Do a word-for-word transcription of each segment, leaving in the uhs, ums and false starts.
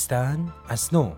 گفتن از نو.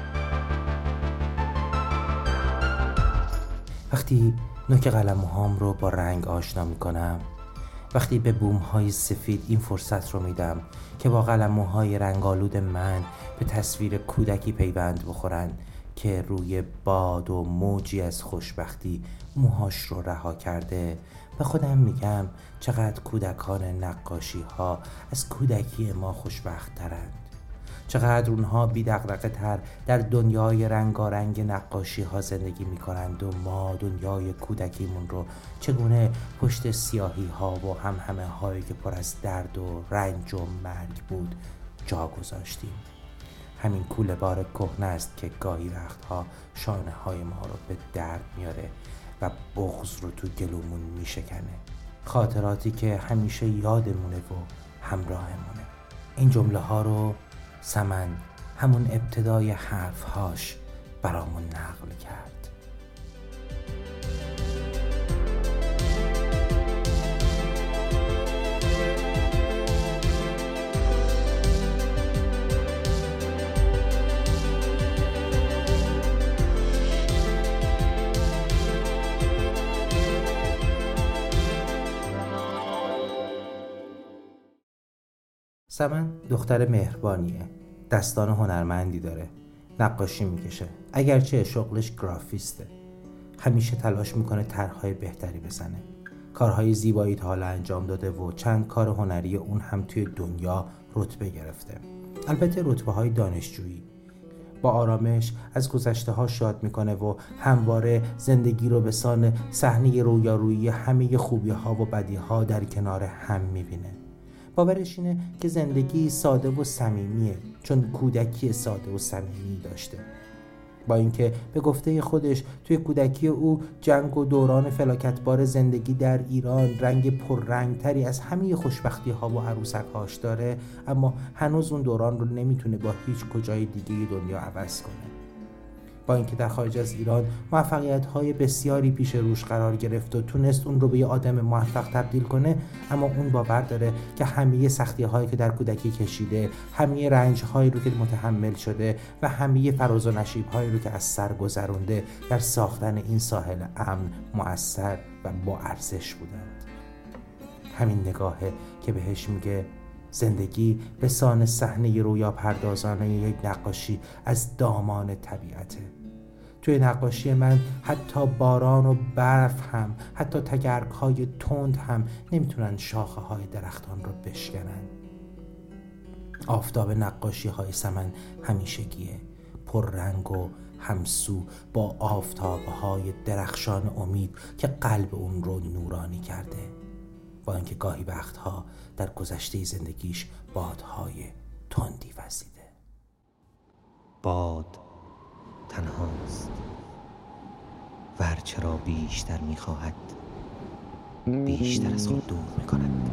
وقتی نوک قلموهام رو با رنگ آشنا میکنم، وقتی به بوم‌های سفید این فرصت رو میدم که با قلموهای رنگالود من به تصویر کودکی پیوند بخورن که روی باد و موجی از خوشبختی موهاش رو رها کرده، به خودم میگم چقدر کودکان نقاشی ها از کودکی ما خوشبخت ترند، چقدر اونها بی دغدغه تر در دنیای رنگارنگ نقاشی ها زندگی می کنند و ما دنیای کودکیمون رو چگونه پشت سیاهی ها و هم همه هایی که پر از درد و رنج و مرگ بود جا گذاشتیم. همین کوله بار کهنه است که گاهی وقتها شانه های ما رو به درد میاره و بغض رو تو گلومون میشکنه، خاطراتی که همیشه یادمونه و همراهمونه. این جمله ها رو سمن همون ابتدای حرفهاش برامون نقل کرد. سمن دختر مهربانیه، دستان هنرمندی داره، نقاشی میکشه، اگرچه شغلش گرافیسته. همیشه تلاش میکنه طرح‌های بهتری بزنه. کارهای زیبایی تا حالا انجام داده و چند کار هنری اون هم توی دنیا رتبه گرفته. البته رتبه‌های دانشجویی. با آرامش از گذشته‌ها شاد میکنه و همواره زندگی رو به سان صحنه رویارویی همه خوبی‌ها و بدی‌ها در کنار هم میبینه. باورش اینه که زندگی ساده و صمیمیه، چون کودکی ساده و صمیمی داشته. با اینکه به گفته خودش توی کودکی او جنگ و دوران فلاکتبار زندگی در ایران رنگ پررنگتری از همه خوشبختی ها و عروسک هاش داره، اما هنوز اون دوران رو نمیتونه با هیچ کجای دیگه دنیا عوض کنه. با اینکه در خارج از ایران موفقیت‌های بسیاری پیش روش قرار گرفت و تونست اون رو به یه آدم موفق تبدیل کنه، اما اون باور داره که همه سختی‌هایی که در کودکی کشیده، همه رنج‌هایی رو که متحمل شده و همه فراز و نشیب‌هایی رو که از سر گذرونده در ساختن این ساحل امن مؤثر و با ارزش بودند. همین نگاهه که بهش میگه زندگی به سان صحنه رویا پردازانه یک نقاشی از دامان طبیعته. توی نقاشی من حتی باران و برف هم، حتی تگرگ های تند هم نمیتونن شاخه های درختان رو بشکنن. آفتاب نقاشی های سمن همیشگیه، پررنگ و همسو با آفتاب های درخشان امید که قلب اون رو نورانی کرده. با اینکه گاهی وقتها در گذشته زندگیش بادهای تندی وزیده. باد تنهاست، ورچه را بیشتر می‌خواهد، بیشتر از خود دور می‌کند.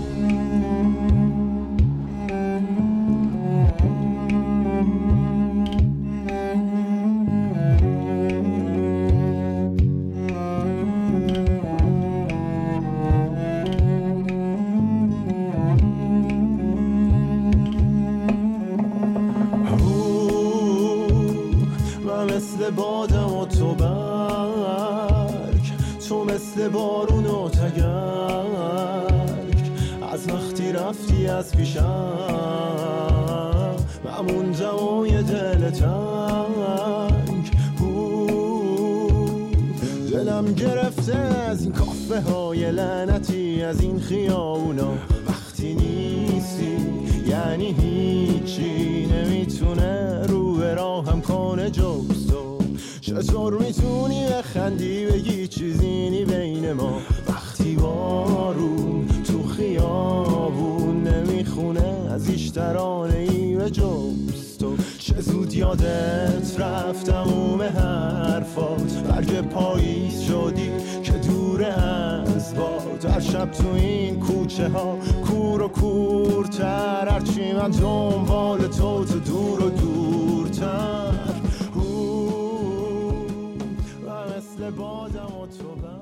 مثل بادم و تو برگ، تو مثل بارون و تگرگ، از وقتی رفتی از پیشم من جوای دل تنگ. دلم گرفته از این کافه های لعنتی، از این خیابونا وقتی نیستی یعنی هیچی نمیتونه رو به راهم کنه جز تو. چطور میتونی بخندی بگی چیزی نی بین ما وقتی بارون تو خیابون نمیخونه از ایش ترانه ای به جز تو. چه زود یادت رفت تموم حرفات، برگ پاییز شدی که دور از باد. هر شب تو این کوچه ها کور و کورتر، هرچی من دنبال تو تو دور و دورتر. و مثل بادم و تو برگ.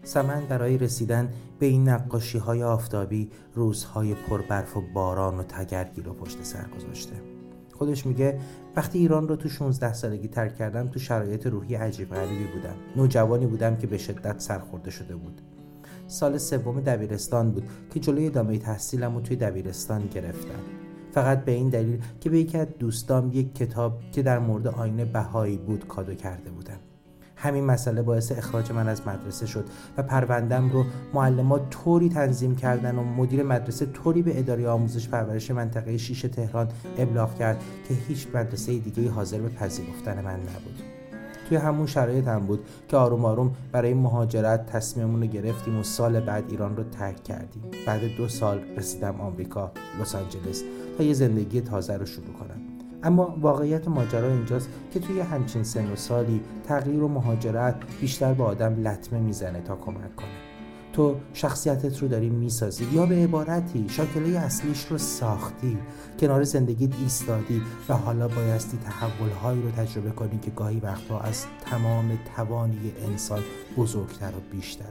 سمن برای رسیدن به این نقاشی‌های آفتابی روزهای پربرف و باران و تگرگی رو پشت سر گذاشته. خودش میگه وقتی ایران رو تو شانزده سالگی ترک کردم تو شرایط روحی عجیب غریبی بودم. نوجوانی بودم که به شدت سرخورده شده بود. سال سوم دبیرستان بود که جلوی ادامه تحصیلم رو توی دبیرستان گرفتم. فقط به این دلیل که به یکی از دوستام یک کتاب که در مورد آیین بهایی بود کادو کرده بودم. همین مسئله باعث اخراج من از مدرسه شد و پروندم رو معلم‌ها طوری تنظیم کردن و مدیر مدرسه طوری به اداره آموزش پرورش منطقه شیش تهران ابلاغ کرد که هیچ مدرسه دیگه‌ای حاضر به پذیرفتن من نبود. توی همون شرایط هم بود که آروم آروم برای مهاجرت تصمیممون رو گرفتیم و سال بعد ایران رو ترک کردیم. بعد دو سال رسیدم آمریکا، لس آنجلس، تا یه زندگی تازه رو شروع کنم. اما واقعیت ماجرا اینجاست که توی همچین سن و سالی تغییر و مهاجرت بیشتر به آدم لطمه میزنه تا کمک کنه. تو شخصیتت رو داری میسازی یا به عبارتی شاکله اصلیش رو ساختی، کنار زندگیت ایستادی و حالا بایستی تحول‌هایی رو تجربه کنی که گاهی وقتا از تمام توانی انسان بزرگتر و بیشترن.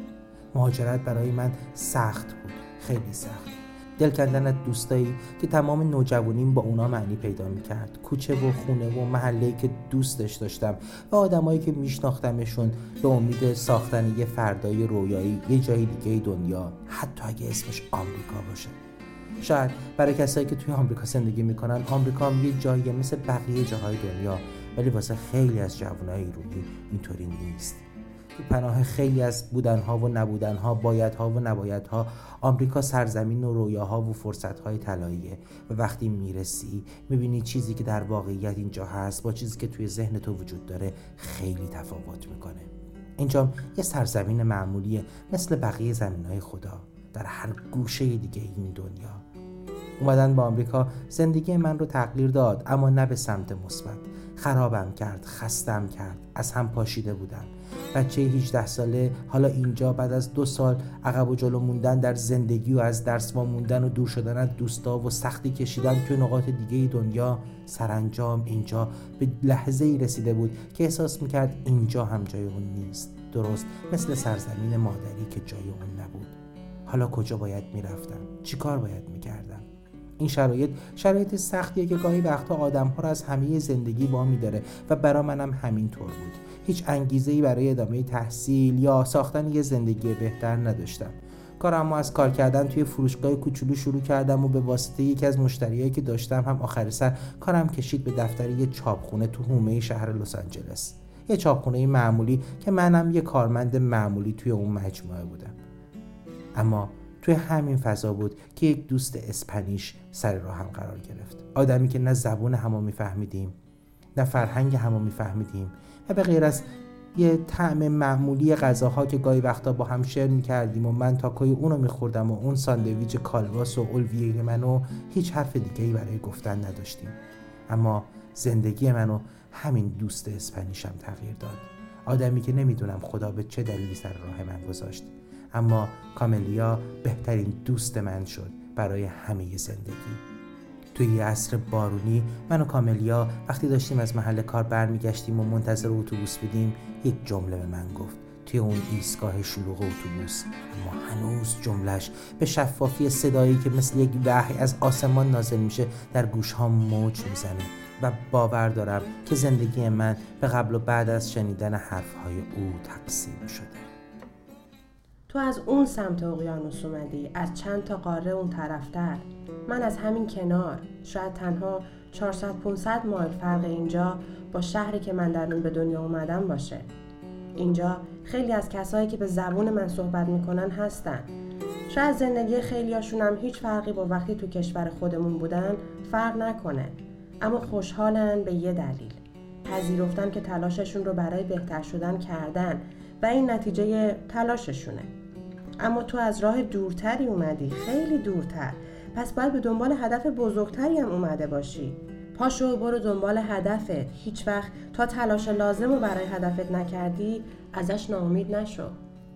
مهاجرت برای من سخت بود، خیلی سخت. دل کندن از دوستایی که تمام نوجوانیم با اونا معنی پیدا میکرد، کوچه و خونه و محله‌ای که دوستش داشتم و آدمایی که میشناختمشون به امید ساختن یه فردای رویایی یه جای دیگه دنیا، حتی اگه اسمش آمریکا باشه. شاید برای کسایی که توی آمریکا زندگی میکنن آمریکا هم یه جایی مثل بقیه جاهای دنیا، ولی واسه خیلی از جوانای ایرانی اینطوری نیست. تو پناه خیلی از بودنها و نبودنها، بایدها و نبایدها، آمریکا سرزمین و رویاها و فرصتهای طلاییه و وقتی میرسی میبینی چیزی که در واقعیت اینجا هست با چیزی که توی ذهن تو وجود داره خیلی تفاوت میکنه. اینجا یه سرزمین معمولیه مثل بقیه زمینهای خدا در هر گوشه دیگه این دنیا. اومدن با آمریکا زندگی من رو تغییر داد، اما نه به سمت مثبت. خرابم کرد، خستم کرد، از هم پاشیده بودم. بچه هجده ساله حالا اینجا بعد از دو سال عقب و جلو موندن در زندگی و از درس وا موندن و دور شدن از دوستا و سختی کشیدن توی نقاط دیگه دنیا، سرانجام اینجا به لحظه ای رسیده بود که احساس میکرد اینجا هم جای اون نیست، درست مثل سرزمین مادری که جای اون نبود. حالا کجا باید میرفتم؟ چی کار باید میکردم؟ این شرایط شرایط سختیه که گاهی وقتا آدم‌ها رو از همه زندگی وامی داره و برا منم همینطور بود. هیچ انگیزه‌ای برای ادامه تحصیل یا ساختن یه زندگی بهتر نداشتم. کارم از کار کردن توی فروشگاه کوچولو شروع کردم و به واسطه یکی از مشتریایی که داشتم هم آخر سر کارم کشید به دفتر یه چاپخونه تو حومه شهر لس آنجلس. یه چاپخونه معمولی که منم یه کارمند معمولی توی اون مجموعه بودم. اما توی همین فضا بود که یک دوست اسپانیش سر راه هم قرار گرفت. آدمی که نه زبون همو میفهمیدیم، نه فرهنگ همو میفهمیدیم و به غیر از یه طعم معمولی غذاها که گاهی وقتا با هم شیر میکردیم و من تاکوی اونو میخوردم و اون ساندویچ کالواس و اولویه منو، هیچ حرف دیگه‌ای برای گفتن نداشتیم. اما زندگی منو همین دوست اسپانیشم تغییر داد. آدمی که نمیدونم خدا به چه دلیلی سر راه من گذاشت، اما کاملیا بهترین دوست من شد برای همه زندگی. توی یه عصر بارونی من و کاملیا وقتی داشتیم از محل کار برمیگشتیم و منتظر اتوبوس بودیم، یک جمله به من گفت توی اون ایستگاه شلوغ اتوبوس، اما هنوز جملهش به شفافی صدایی که مثل یک وحی از آسمان نازل میشه در گوش‌هام موج میزنه و باور دارم که زندگی من به قبل و بعد از شنیدن حرفهای او تقسیم شده. تو از اون سمت اقیانوس اومدی، از چند تا قاره اون طرفتر، من از همین کنار. شاید تنها چهارصد پانصد مایل فرق اینجا با شهری که من در اون به دنیا اومدم باشه. اینجا خیلی از کسایی که به زبون من صحبت میکنن هستن. شاید زندگی خیلیاشون هم هیچ فرقی با وقتی تو کشور خودمون بودن فرق نکنه، اما خوشحالن به یه دلیل. پذیرفتن که تلاششون رو برای بهتر شدن کردن و این نتیجه تلاششونه. اما تو از راه دورتری اومدی، خیلی دورتر، پس باید به دنبال هدف بزرگتری هم اومده باشی. پاشو برو دنبال هدفت. هیچ وقت تا تلاش لازم رو برای هدفت نکردی ازش ناامید نشو.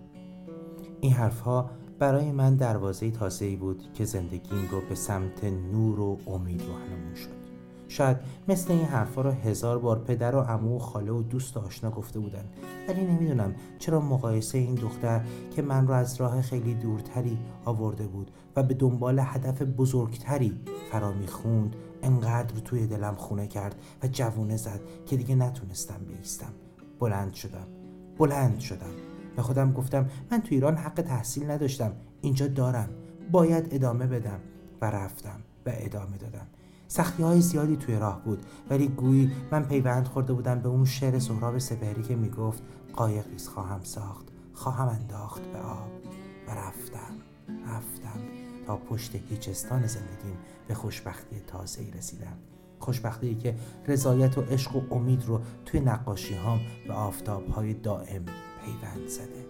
این حرفها برای من دروازه تازه‌ای بود که زندگیم رو به سمت نور و امید راهنمون شد. شاید مثل این حرفا رو هزار بار پدر و عمو و خاله و دوست و آشنا گفته بودن، ولی نمیدونم چرا مقایسه این دختر که من رو از راه خیلی دورتری آورده بود و به دنبال هدف بزرگتری فرا میخوند انقدر توی دلم خونه کرد و جوونه زد که دیگه نتونستم بایستم. بلند شدم بلند شدم به خودم گفتم من تو ایران حق تحصیل نداشتم، اینجا دارم، باید ادامه بدم و رفتم و ادامه دادم. سختی های زیادی توی راه بود، ولی گویی من پیوند خورده بودم به اون شعر سهراب سپهری که میگفت قایق ریز خواهم ساخت، خواهم انداخت به آب و رفتم رفتم تا پشت هیچستان زندگیم به خوشبختی تازه‌ای رسیدم. خوشبختی که رضایت و عشق و امید رو توی نقاشی هام و آفتاب های دائم پیوند زده.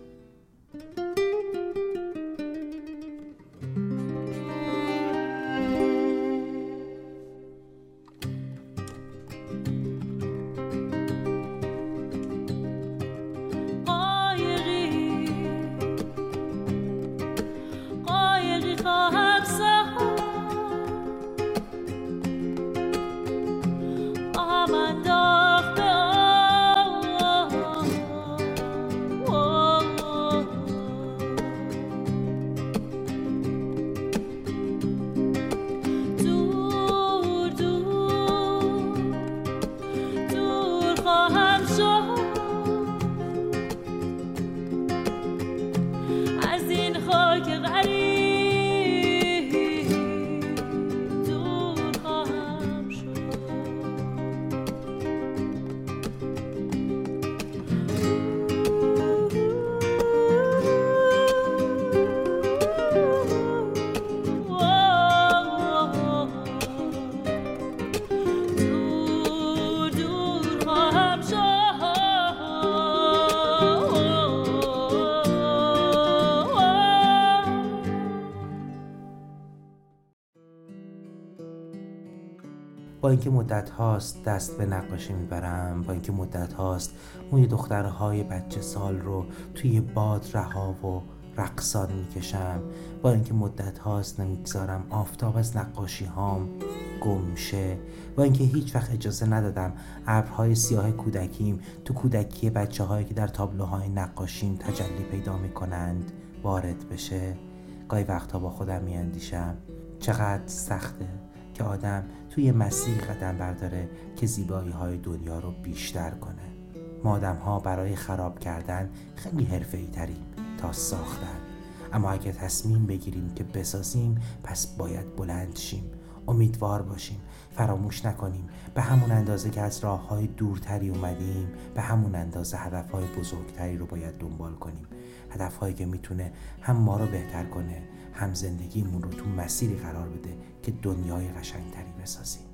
با اینکه مدت هاست دست به نقاشی میبرم، با اینکه مدت هاست موی دخترهای بچه سال رو توی باد رها و رقصان میکشم، با اینکه مدت هاست نمیگذارم آفتاب از نقاشی هام گم شه، با اینکه هیچ وقت اجازه ندادم ابرهای سیاه کودکیم تو کودکی بچه هایی که در تابلوهای نقاشیم تجلی پیدا میکنند وارد بشه، گاهی وقتا با خودم میاندیشم چقدر سخته که آدم توی مسیر قدم برداره که زیبایی های دنیا رو بیشتر کنه. ما آدم ها برای خراب کردن خیلی حرفه‌ای تریم تا ساختن، اما اگه تصمیم بگیریم که بسازیم پس باید بلند شیم، امیدوار باشیم، فراموش نکنیم به همون اندازه که از راه های دورتری اومدیم به همون اندازه هدف های بزرگتری رو باید دنبال کنیم، هدف هایی که میتونه هم ما رو بهتر کنه هم زندگیمون رو تو مسیری قرار بده که دنیای قشنگتری بسازیم.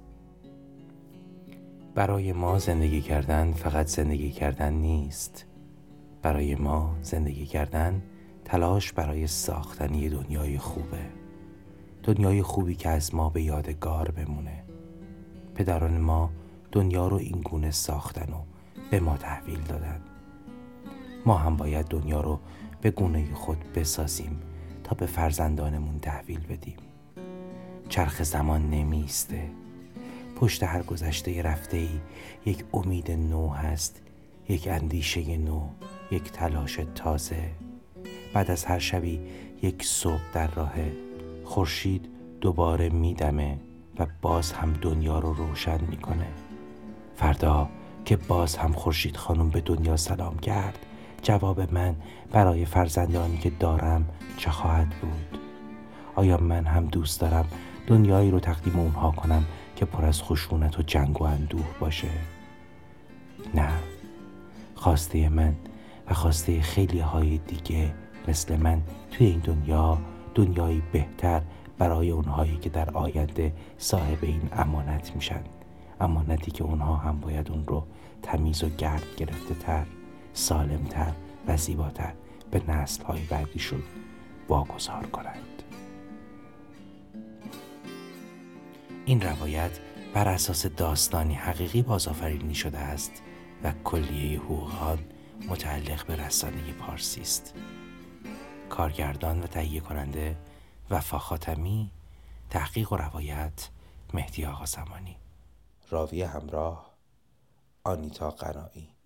برای ما زندگی کردن فقط زندگی کردن نیست. برای ما زندگی کردن تلاش برای ساختن یه دنیای خوبه، دنیای خوبی که از ما به یادگار بمونه. پدران ما دنیا رو این گونه ساختن و به ما تحویل دادن. ما هم باید دنیا رو به گونه خود بسازیم تا به فرزندانمون تحویل بدیم. چرخ زمان نمیسته. پشت هر گذشته رفته‌ای یک امید نو هست، یک اندیشه نو، یک تلاش تازه. بعد از هر شبی یک صبح در راهه. خورشید دوباره میدمه و باز هم دنیا رو روشن میکنه. فردا که باز هم خورشید خانم به دنیا سلام کرد، جواب من برای فرزندانی که دارم چه خواهد بود؟ آیا من هم دوست دارم دنیایی رو تقدیم اونها کنم که پر از خشونت و جنگ و اندوه باشه؟ نه. خواسته من و خواسته خیلی های دیگه مثل من توی این دنیا دنیایی بهتر برای اونهایی که در آینده صاحب این امانت میشن، امانتی که اونها هم باید اون رو تمیز و گرد گرفته تر، سالم تر و زیباتر به نسل های بعدیشون واگذار کنند. این روایت بر اساس داستانی حقیقی بازآفرینی شده است و کلیه حقوق آن متعلق به رسانه پارسی است. کارگردان و تهیه کننده وفا خاتمی، تحقیق و روایت مهدی آقازمانی. راوی همراه آنیتا قناعی.